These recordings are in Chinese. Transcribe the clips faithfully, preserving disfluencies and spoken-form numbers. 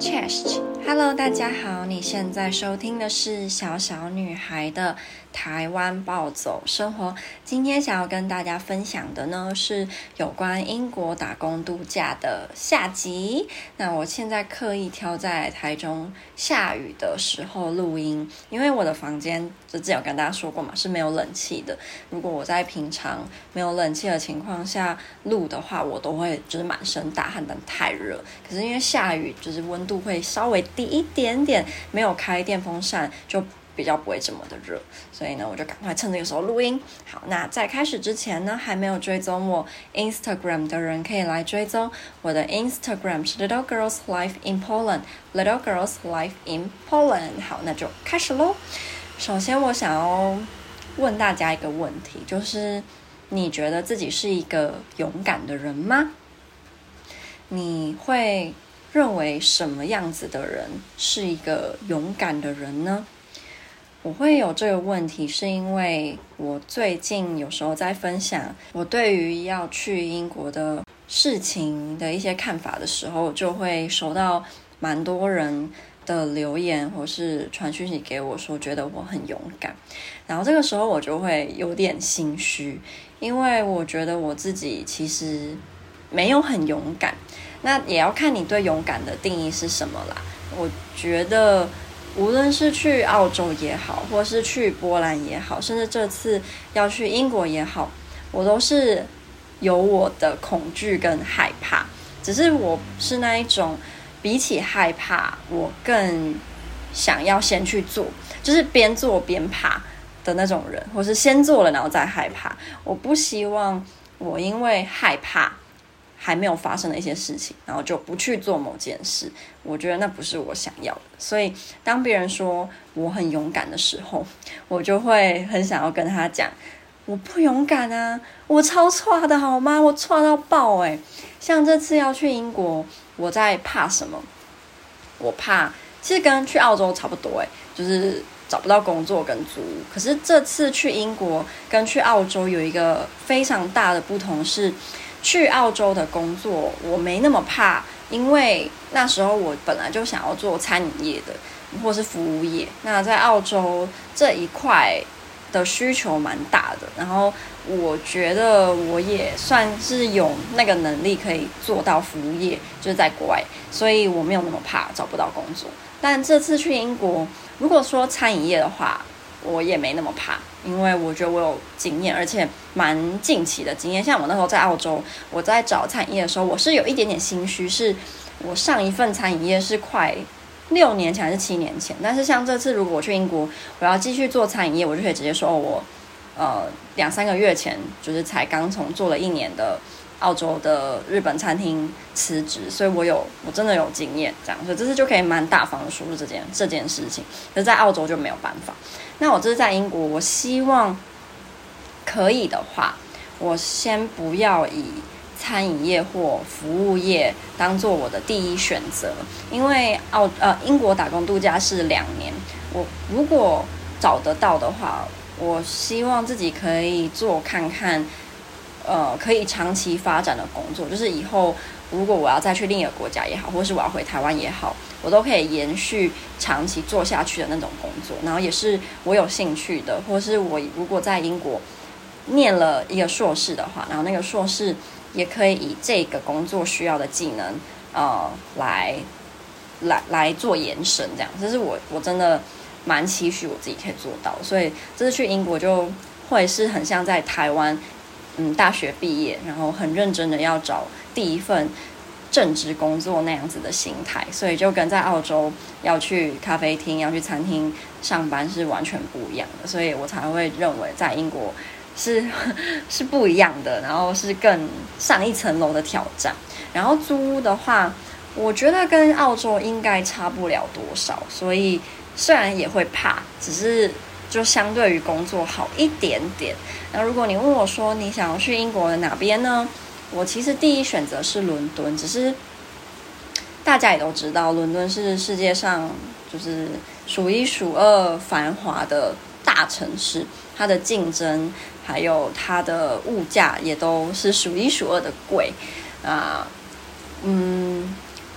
Chest，Hello， 大家好，你现在收听的是小小女孩的台湾暴走生活。今天想要跟大家分享的呢是有关英国打工度假的下集。那我现在刻意挑在台中下雨的时候录音，因为我的房间就之前有跟大家说过嘛，是没有冷气的。如果我在平常没有冷气的情况下录的话，我都会就是满身大汗，但太热。可是因为下雨，就是温度会稍微低一点点，没有开电风扇就比较不会这么的热，所以呢，我就赶快趁这个时候录音。好，那在开始之前呢，还没有追踪我 Instagram 的人可以来追踪我的 Instagram 是 Little Girls Life in Poland Little Girls Life in Poland。 好，那就开始咯。首先我想要问大家一个问题，就是你觉得自己是一个勇敢的人吗？你会认为什么样子的人是一个勇敢的人呢？我会有这个问题是因为我最近有时候在分享我对于要去英国的事情的一些看法的时候，就会收到蛮多人的留言或是传讯息给我说觉得我很勇敢，然后这个时候我就会有点心虚，因为我觉得我自己其实没有很勇敢。那也要看你对勇敢的定义是什么啦。我觉得无论是去澳洲也好，或是去波兰也好，甚至这次要去英国也好，我都是有我的恐惧跟害怕，只是我是那一种比起害怕我更想要先去做，就是边做边怕的那种人，或是先做了然后再害怕。我不希望我因为害怕还没有发生的一些事情，然后就不去做某件事，我觉得那不是我想要的。所以当别人说我很勇敢的时候，我就会很想要跟他讲，我不勇敢啊，我超挫的好吗？我挫到爆欸。像这次要去英国，我在怕什么？我怕其实跟去澳洲差不多欸，就是找不到工作跟租屋。可是这次去英国跟去澳洲有一个非常大的不同是，去澳洲的工作我没那么怕，因为那时候我本来就想要做餐饮业的或是服务业，那在澳洲这一块的需求蛮大的，然后我觉得我也算是有那个能力可以做到服务业，就是在国外，所以我没有那么怕找不到工作。但这次去英国，如果说餐饮业的话，我也没那么怕，因为我觉得我有经验，而且蛮近期的经验。像我那时候在澳洲，我在找餐饮业的时候，我是有一点点心虚，是我上一份餐饮业是快六年前还是七年前，但是像这次如果我去英国，我要继续做餐饮业，我就可以直接说，哦，我呃两三个月前就是才刚从做了一年的澳洲的日本餐厅辞职，所以我有我真的有经验，这样，所以这次就可以蛮大方的说出这件这件事情。可是在澳洲就没有办法。那我这是在英国，我希望可以的话，我先不要以餐饮业或服务业当做我的第一选择，因为澳呃英国打工度假是两年，我如果找得到的话，我希望自己可以做看看，呃，可以长期发展的工作，就是以后如果我要再去另一个国家也好，或是我要回台湾也好，我都可以延续长期做下去的那种工作，然后也是我有兴趣的，或是我如果在英国念了一个硕士的话，然后那个硕士也可以以这个工作需要的技能，呃，来来来做延伸，这样，这是我我真的蛮期许我自己可以做到，所以这次去英国就会是很像在台湾，嗯，大学毕业，然后很认真的要找第一份正职工作那样子的心态，所以就跟在澳洲要去咖啡厅、要去餐厅上班是完全不一样的，所以我才会认为在英国是是不一样的，然后是更上一层楼的挑战。然后租屋的话，我觉得跟澳洲应该差不了多少，所以虽然也会怕，只是就相对于工作好一点点。那如果你问我说你想要去英国的哪边呢？我其实第一选择是伦敦，只是大家也都知道，伦敦是世界上就是数一数二繁华的大城市，它的竞争还有它的物价也都是数一数二的贵啊、呃。嗯，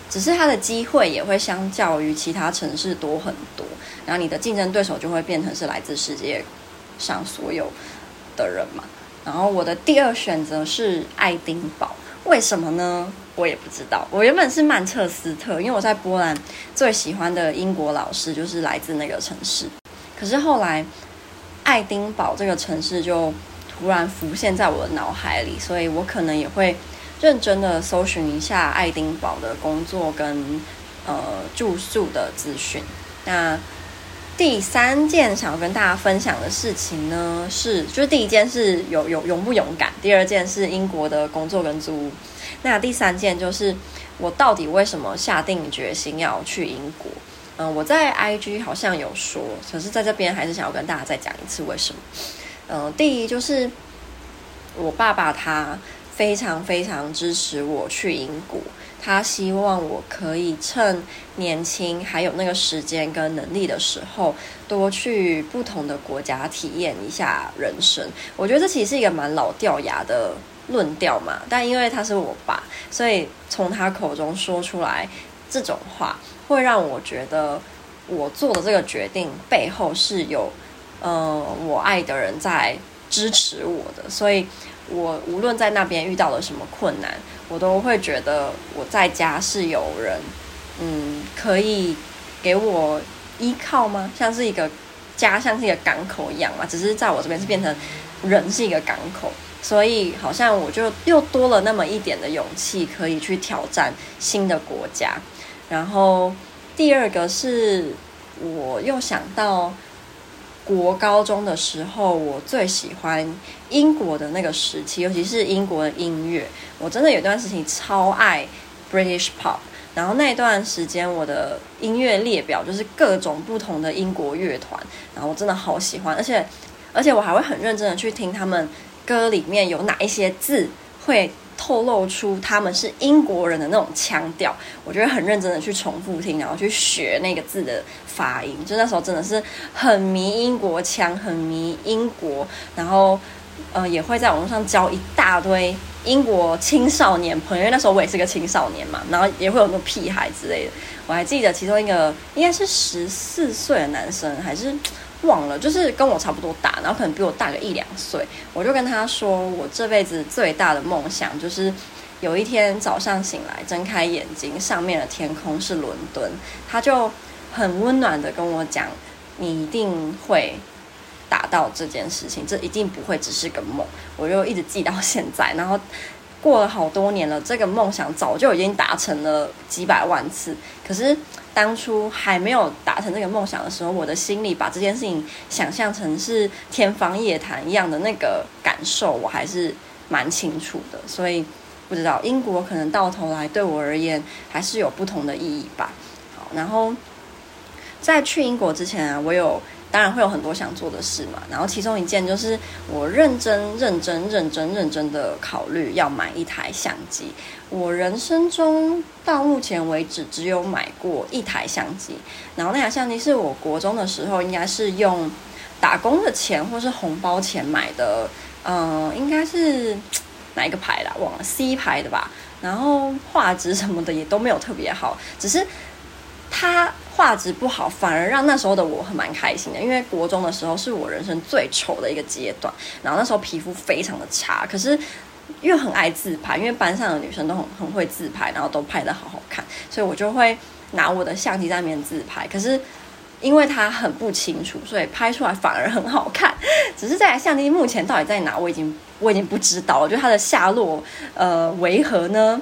只是它的机会也会相较于其他城市多很多，然后你的竞争对手就会变成是来自世界上所有的人嘛。然后我的第二选择是爱丁堡，为什么呢？我也不知道。我原本是曼彻斯特，因为我在波兰最喜欢的英国老师就是来自那个城市。可是后来爱丁堡这个城市就突然浮现在我的脑海里，所以我可能也会认真的搜寻一下爱丁堡的工作跟呃住宿的资讯。那第三件想要跟大家分享的事情呢，是就是第一件是有有勇不勇敢，第二件是英国的工作跟租屋，那第三件就是我到底为什么下定决心要去英国。嗯、呃，我在 I G 好像有说，可是在这边还是想要跟大家再讲一次为什么。嗯、呃，第一就是我爸爸他非常非常支持我去英国，他希望我可以趁年轻还有那个时间跟能力的时候，多去不同的国家体验一下人生。我觉得这其实是一个蛮老掉牙的论调嘛，但因为他是我爸，所以从他口中说出来这种话，会让我觉得我做的这个决定背后是有呃我爱的人在支持我的，所以我无论在那边遇到了什么困难，我都会觉得我在家是有人嗯可以给我依靠吗？像是一个家，像是一个港口一样嘛，只是在我这边是变成人是一个港口，所以好像我就又多了那么一点的勇气可以去挑战新的国家。然后第二个是我又想到国高中的时候，我最喜欢英国的那个时期，尤其是英国的音乐，我真的有段时期超爱 British Pop， 然后那段时间我的音乐列表就是各种不同的英国乐团，然后我真的好喜欢，而且而且我还会很认真的去听他们歌里面有哪一些字会透露出他们是英国人的那种腔调，我就会很认真的去重复听，然后去学那个字的发音。就那时候真的是很迷英国腔，很迷英国，然后呃也会在网络上交一大堆英国青少年朋友，因为那时候我也是个青少年嘛，然后也会有那种屁孩之类的。我还记得其中一个应该是十四岁的男生，还是忘了，就是跟我差不多大，然后可能比我大个一两岁。我就跟他说，我这辈子最大的梦想就是有一天早上醒来，睁开眼睛，上面的天空是伦敦。他就很温暖的跟我讲，你一定会达到这件事情，这一定不会只是个梦。我就一直记到现在，然后过了好多年了，这个梦想早就已经达成了几百万次。可是当初还没有达成这个梦想的时候，我的心里把这件事情想象成是天方夜谭一样的那个感受，我还是蛮清楚的。所以不知道英国可能到头来对我而言还是有不同的意义吧。好，然后在去英国之前啊，我有当然会有很多想做的事嘛，然后其中一件就是我认真认真认真认真的考虑要买一台相机。我人生中到目前为止只有买过一台相机，然后那台相机是我国中的时候应该是用打工的钱或是红包钱买的，嗯、呃，应该是哪一个牌啦忘了 C 牌的吧，然后画质什么的也都没有特别好，只是它画质不好反而让那时候的我很蛮开心的，因为国中的时候是我人生最丑的一个阶段，然后那时候皮肤非常的差，可是因为很爱自拍，因为班上的女生都很很会自拍，然后都拍得好好看，所以我就会拿我的相机在那边自拍，可是因为它很不清楚，所以拍出来反而很好看。只是这台相机目前到底在哪，我已经我已经不知道了，就它的下落呃为何呢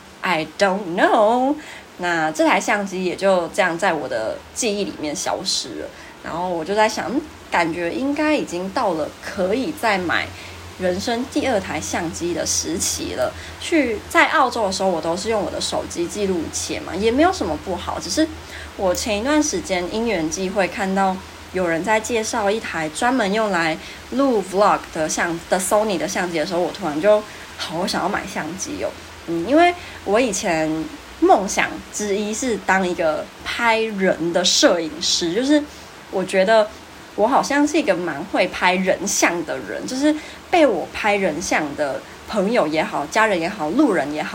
I don't know。那这台相机也就这样在我的记忆里面消失了，然后我就在想，感觉应该已经到了可以再买人生第二台相机的时期了。去在澳洲的时候，我都是用我的手机记录一切嘛，也没有什么不好，只是我前一段时间因缘际会看到有人在介绍一台专门用来录 vlog 的相的 Sony 的相机的时候，我突然就好想要买相机哦。嗯，因为我以前梦想之一是当一个拍人的摄影师，就是我觉得我好像是一个蛮会拍人像的人，就是被我拍人像的朋友也好，家人也好，路人也好，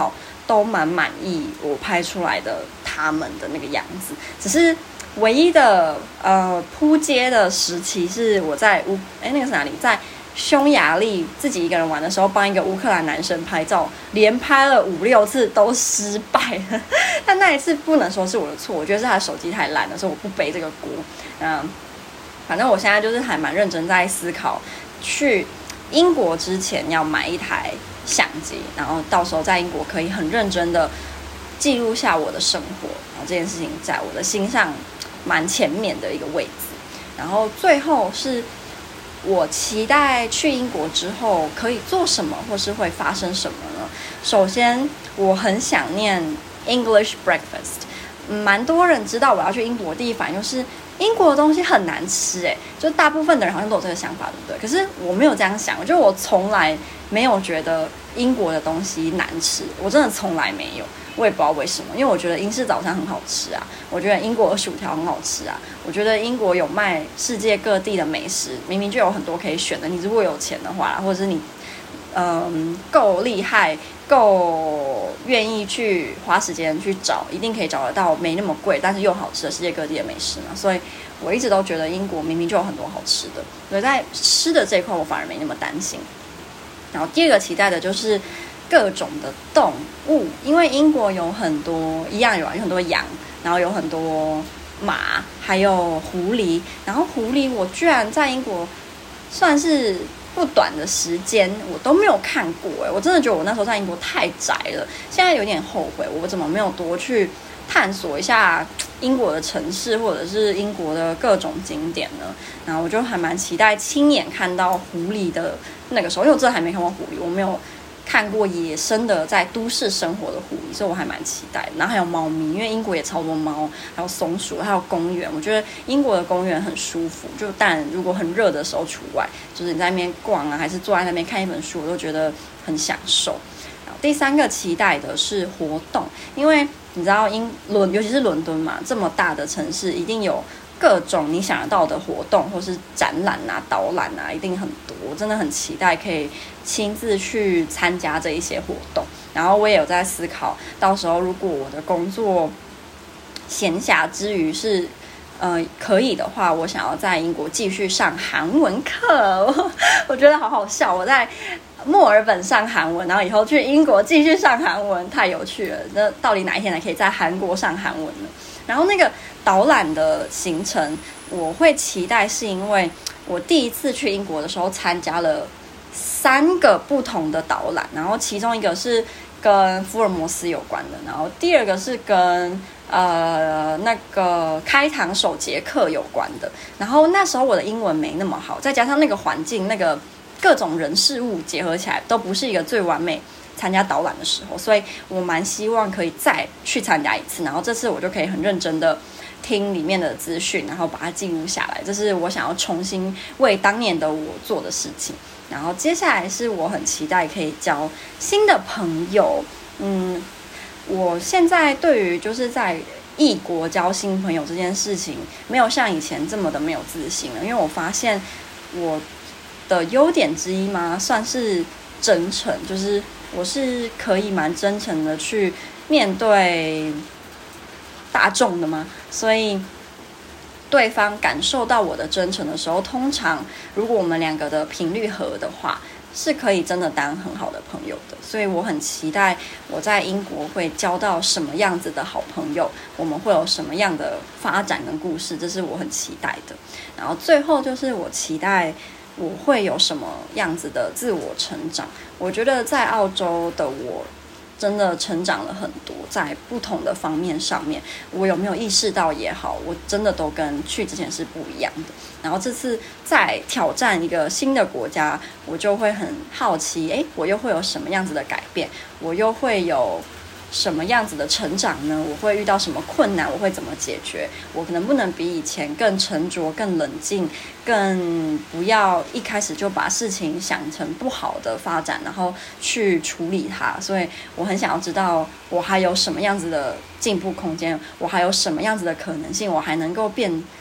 都蛮满意我拍出来的他们的那个样子，只是唯一的呃扑街的时期是我在乌哎那个是哪里，在匈牙利自己一个人玩的时候，帮一个乌克兰男生拍照，连拍了五六次都失败了。但那一次不能说是我的错，我觉得是他的手机太烂了，所以我不背这个锅。嗯，反正我现在就是还蛮认真在思考，去英国之前要买一台相机，然后到时候在英国可以很认真的记录下我的生活，然后这件事情在我的心上蛮前面的一个位置。然后最后是我期待去英国之后可以做什么，或是会发生什么呢？首先，我很想念 English breakfast。蛮多人知道我要去英国，第一反应就是英国的东西很难吃，哎，就大部分的人好像都有这个想法，对不对？可是我没有这样想，我觉得我从来没有觉得英国的东西难吃，我真的从来没有。我也不知道为什么，因为我觉得英式早餐很好吃啊，我觉得英国的薯条很好吃啊，我觉得英国有卖世界各地的美食，明明就有很多可以选的。你如果有钱的话，或者是你嗯够厉害、够愿意去花时间去找，一定可以找得到没那么贵但是又好吃的世界各地的美食嘛。所以我一直都觉得英国明明就有很多好吃的，所以在吃的这一块我反而没那么担心。然后第二个期待的就是各种的动物，因为英国有很多一样有有很多羊，然后有很多马，还有狐狸。然后狐狸我居然在英国算是不短的时间我都没有看过，耶，我真的觉得我那时候在英国太宅了，现在有点后悔我怎么没有多去探索一下英国的城市或者是英国的各种景点呢。然后我就还蛮期待亲眼看到狐狸的那个时候，因为我真的还没看过狐狸，我没有看过野生的在都市生活的狐狸，所以我还蛮期待的。然后还有猫咪，因为英国也超多猫，还有松鼠，还有公园。我觉得英国的公园很舒服，就但如果很热的时候除外，就是你在那边逛啊，还是坐在那边看一本书，我都觉得很享受。然后第三个期待的是活动，因为你知道英伦，尤其是伦敦嘛，这么大的城市，一定有各种你想得到的活动或是展览啊、导览啊，一定很多。我真的很期待可以亲自去参加这一些活动。然后我也有在思考，到时候如果我的工作闲暇之余是呃可以的话，我想要在英国继续上韩文课。我觉得好好笑，我在墨尔本上韩文，然后以后去英国继续上韩文，太有趣了。那到底哪一天才可以在韩国上韩文呢？然后那个导览的行程我会期待，是因为我第一次去英国的时候参加了三个不同的导览，然后其中一个是跟福尔摩斯有关的，然后第二个是跟呃那个开膛手杰克有关的。然后那时候我的英文没那么好，再加上那个环境，那个各种人事物结合起来都不是一个最完美参加导览的时候，所以我蛮希望可以再去参加一次，然后这次我就可以很认真的听里面的资讯，然后把它记录下来，这是我想要重新为当年的我做的事情。然后接下来是我很期待可以交新的朋友。嗯，我现在对于就是在异国交新朋友这件事情没有像以前这么的没有自信了，因为我发现我的优点之一嘛，算是真诚，就是我是可以蛮真诚的去面对大众的嘛，所以对方感受到我的真诚的时候，通常如果我们两个的频率合的话，是可以真的当很好的朋友的。所以我很期待我在英国会交到什么样子的好朋友，我们会有什么样的发展跟故事，这是我很期待的。然后最后就是我期待我会有什么样子的自我成长。我觉得在澳洲的我真的成长了很多，在不同的方面上面，我有没有意识到也好，我真的都跟去之前是不一样的。然后这次再挑战一个新的国家，我就会很好奇，诶，我又会有什么样子的改变，我又会有什么样子的成长呢？我会遇到什么困难？我会怎么解决？我能不能比以前更沉着、更冷静，更不要一开始就把事情想成不好的发展，然后去处理它？所以我很想要知道我还有什么样子的进步空间，我还有什么样子的可能性，我还能够变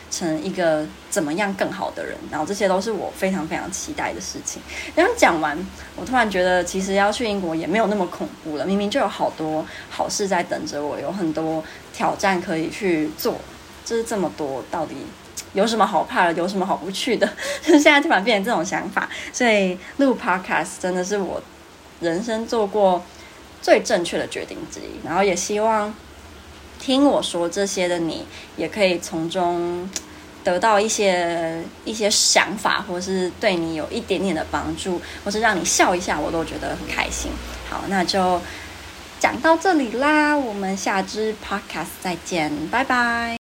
成一个怎么样更好的人，然后这些都是我非常非常期待的事情。这样讲完，我突然觉得其实要去英国也没有那么恐怖了，明明就有好多好事在等着我，有很多挑战可以去做，就是这么多，到底有什么好怕的，有什么好不去的？就是现在突然变成这种想法，所以录 podcast 真的是我人生做过最正确的决定之一，然后也希望听我说这些的你也可以从中得到一些一些想法，或是对你有一点点的帮助，或是让你笑一下，我都觉得很开心。好，那就讲到这里啦，我们下支 podcast 再见，拜拜。